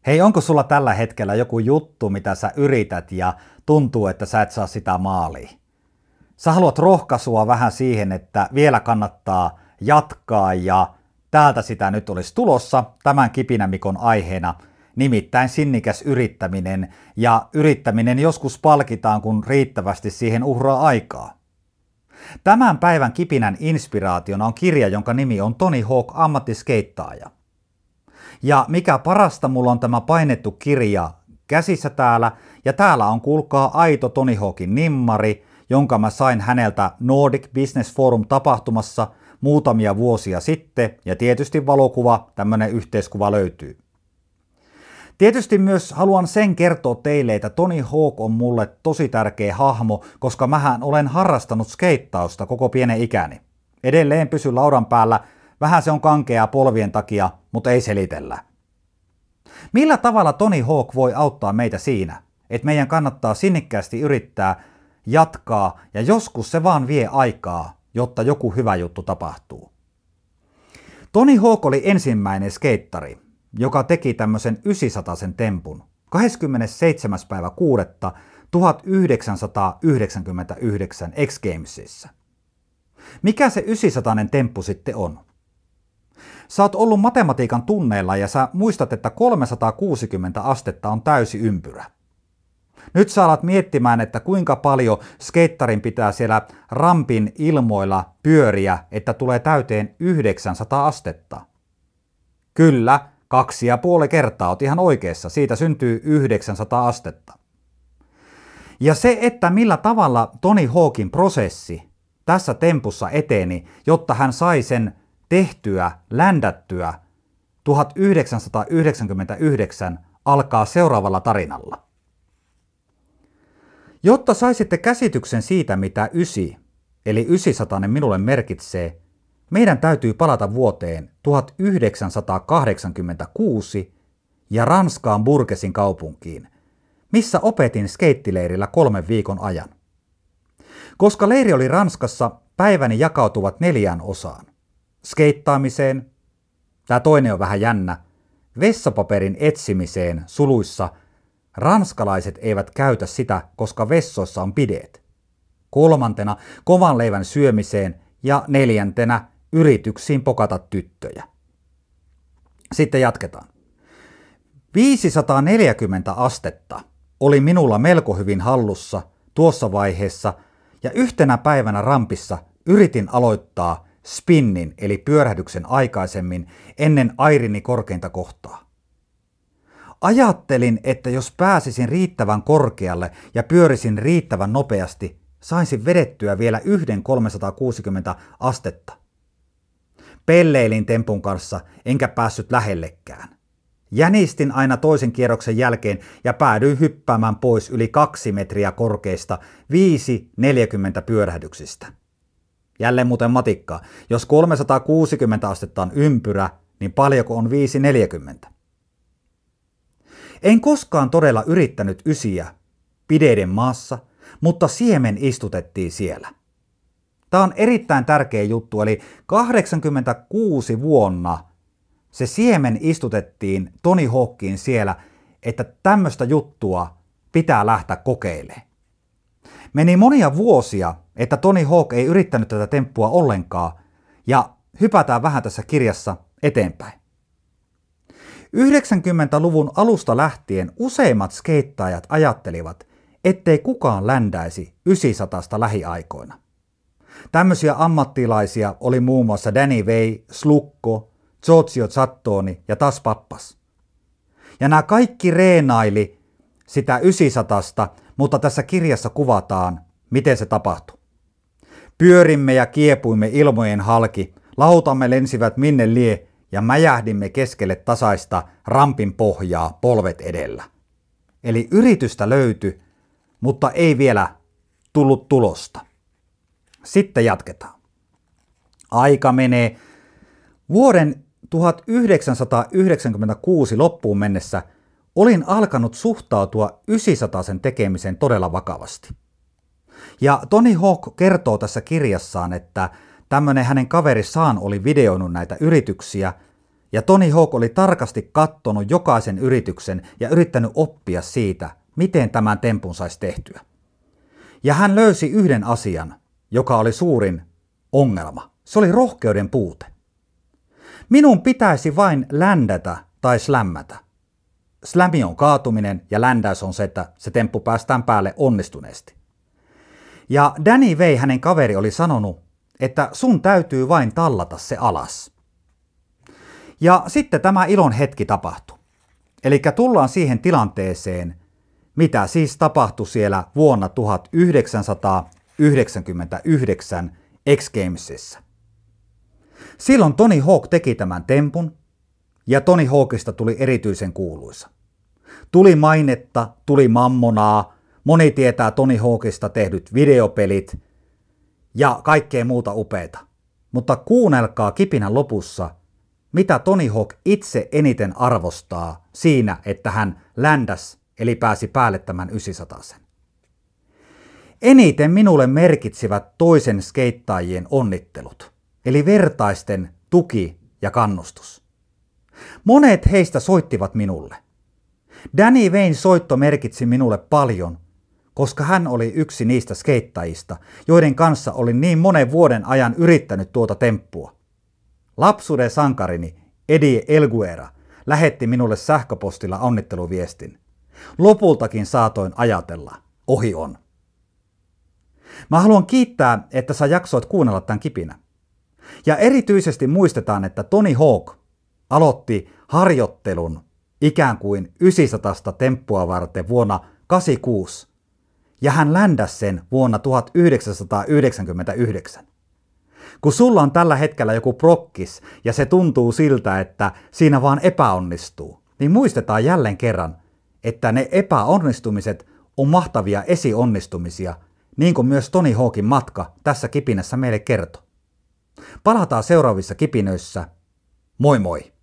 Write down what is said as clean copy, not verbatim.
Hei, onko sulla tällä hetkellä joku juttu, mitä sä yrität ja tuntuu, että sä et saa sitä maaliin? Sä haluat rohkaisua vähän siihen, että vielä kannattaa jatkaa ja täältä sitä nyt olisi tulossa tämän Kipinä Mikon aiheena, nimittäin sinnikäs yrittäminen, ja yrittäminen joskus palkitaan, kun riittävästi siihen uhraa aikaa. Tämän päivän Kipinän inspiraationa on kirja, jonka nimi on Tony Hawk Ammattiskeittaaja. Ja mikä parasta, mulla on tämä painettu kirja käsissä täällä, ja täällä on kuulkaa aito Tony Hawkin nimmari, jonka mä sain häneltä Nordic Business Forum -tapahtumassa muutamia vuosia sitten, ja tietysti valokuva, tämmönen yhteiskuva löytyy. Tietysti myös haluan sen kertoa teille, että Tony Hawk on mulle tosi tärkeä hahmo, koska mähän olen harrastanut skeittausta koko pienen ikäni. Edelleen pysy laudan päällä, vähän se on kankeaa polvien takia, mutta ei selitellä. Millä tavalla Tony Hawk voi auttaa meitä siinä, että meidän kannattaa sinnikkäästi yrittää jatkaa ja joskus se vaan vie aikaa, jotta joku hyvä juttu tapahtuu? Tony Hawk oli ensimmäinen skeittari, joka teki tämmöisen 900 tempun 27. päivä 6. 1999 X Gamesissa. Mikä se 900 temppu sitten on? Sä oot ollut matematiikan tunneilla ja sä muistat, että 360 astetta on täysi ympyrä. Nyt sä alat miettimään, että kuinka paljon skeittarin pitää siellä rampin ilmoilla pyöriä, että tulee täyteen 900 astetta. Kyllä, 2,5 kertaa oot ihan oikeassa, siitä syntyy 900 astetta. Ja se, että millä tavalla Tony Hawkin prosessi tässä tempussa eteni, jotta hän sai sen tehtyä, ländättyä 1999, alkaa seuraavalla tarinalla. Jotta saisitte käsityksen siitä, mitä 9, eli 900 minulle merkitsee, meidän täytyy palata vuoteen 1986 ja Ranskaan Bourgesin kaupunkiin, missä opetin skeittileirillä 3 viikon ajan. Koska leiri oli Ranskassa, päiväni jakautuvat 4 osaan. Skeittaamiseen, tämä toinen on vähän jännä, vessapaperin etsimiseen suluissa, ranskalaiset eivät käytä sitä, koska vessoissa on bideet. 3. kovan leivän syömiseen ja 4. yrityksiin pokata tyttöjä. Sitten jatketaan. 540 astetta oli minulla melko hyvin hallussa tuossa vaiheessa, ja yhtenä päivänä rampissa yritin aloittaa spinnin eli pyörähdyksen aikaisemmin ennen airini korkeinta kohtaa. Ajattelin, että jos pääsisin riittävän korkealle ja pyörisin riittävän nopeasti, saisin vedettyä vielä yhden 360 astetta. Pelleilin tempun kanssa enkä päässyt lähellekään. Jänistin aina toisen kierroksen jälkeen ja päädyin hyppäämään pois yli 2 metriä korkeista 5,40 pyörähdyksistä. Jälleen muuten matikkaa. Jos 360 astetta on ympyrä, niin paljonko on 5,40? En koskaan todella yrittänyt 9 pideiden maassa, mutta siemen istutettiin siellä. Tämä on erittäin tärkeä juttu, eli 86 vuonna se siemen istutettiin Tony Hawkiin siellä, että tämmöistä juttua pitää lähteä kokeilemaan. Meni monia vuosia, että Tony Hawk ei yrittänyt tätä temppua ollenkaan, ja hypätään vähän tässä kirjassa eteenpäin. 90-luvun alusta lähtien useimmat skeittaajat ajattelivat, ettei kukaan ländäisi 900 lähiaikoina. Tämmöisiä ammattilaisia oli muun muassa Danny Way, Slukko, Giorgio Zattoni ja Tas Pappas. Ja nämä kaikki reenaili sitä 900, mutta tässä kirjassa kuvataan, miten se tapahtui. Pyörimme ja kiepuimme ilmojen halki, lautamme lensivät minne lie ja mäjähdimme keskelle tasaista rampin pohjaa polvet edellä. Eli yritystä löytyi, mutta ei vielä tullut tulosta. Sitten jatketaan. Aika menee. Vuoden 1996 loppuun mennessä olin alkanut suhtautua 900 tekemiseen todella vakavasti. Ja Tony Hawk kertoo tässä kirjassaan, että tämmöinen hänen kaveri Sean oli videoinut näitä yrityksiä, Ja Tony Hawk oli tarkasti kattonut jokaisen yrityksen ja yrittänyt oppia siitä, miten tämän tempun saisi tehtyä. Ja hän löysi yhden asian, joka oli suurin ongelma. Se oli rohkeuden puute. Minun pitäisi vain ländätä tai slämmätä. Slämi on kaatuminen ja ländäys on se, että se temppu päästään päälle onnistuneesti. Ja Danny Way, hänen kaveri, oli sanonut, että sun täytyy vain tallata se alas. Ja sitten tämä ilon hetki tapahtui. Eli tullaan siihen tilanteeseen, mitä siis tapahtui siellä vuonna 1999 X Gamesissa. Silloin Tony Hawk teki tämän tempun, ja Tony Hawkista tuli erityisen kuuluisa. Tuli mainetta, tuli mammonaa, moni tietää Tony Hawkista tehdyt videopelit ja kaikkea muuta upeata. Mutta kuunnelkaa kipinän lopussa, mitä Tony Hawk itse eniten arvostaa siinä, että hän ländäs eli pääsi päälle tämän 900. Eniten minulle merkitsivät toisen skeittaajien onnittelut, eli vertaisten tuki ja kannustus. Monet heistä soittivat minulle. Danny Wayn soitto merkitsi minulle paljon, koska hän oli yksi niistä skeittajista, joiden kanssa olin niin monen vuoden ajan yrittänyt tuota temppua. Lapsuuden sankarini Eddie Elguera lähetti minulle sähköpostilla onnitteluviestin. Lopultakin saatoin ajatella, ohi on. Mä haluan kiittää, että sä jaksoit kuunnella tämän kipinä. Ja erityisesti muistetaan, että Tony Hawk aloitti harjoittelun ikään kuin 900 temppua varten vuonna 1986, ja hän ländäsi sen vuonna 1999. Kun sulla on tällä hetkellä joku prokkis ja se tuntuu siltä, että siinä vaan epäonnistuu, niin muistetaan jälleen kerran, että ne epäonnistumiset on mahtavia esionnistumisia, niin kuin myös Tony Hawkin matka tässä kipinässä meille kertoo. Palataan seuraavissa kipinöissä. Moi moi!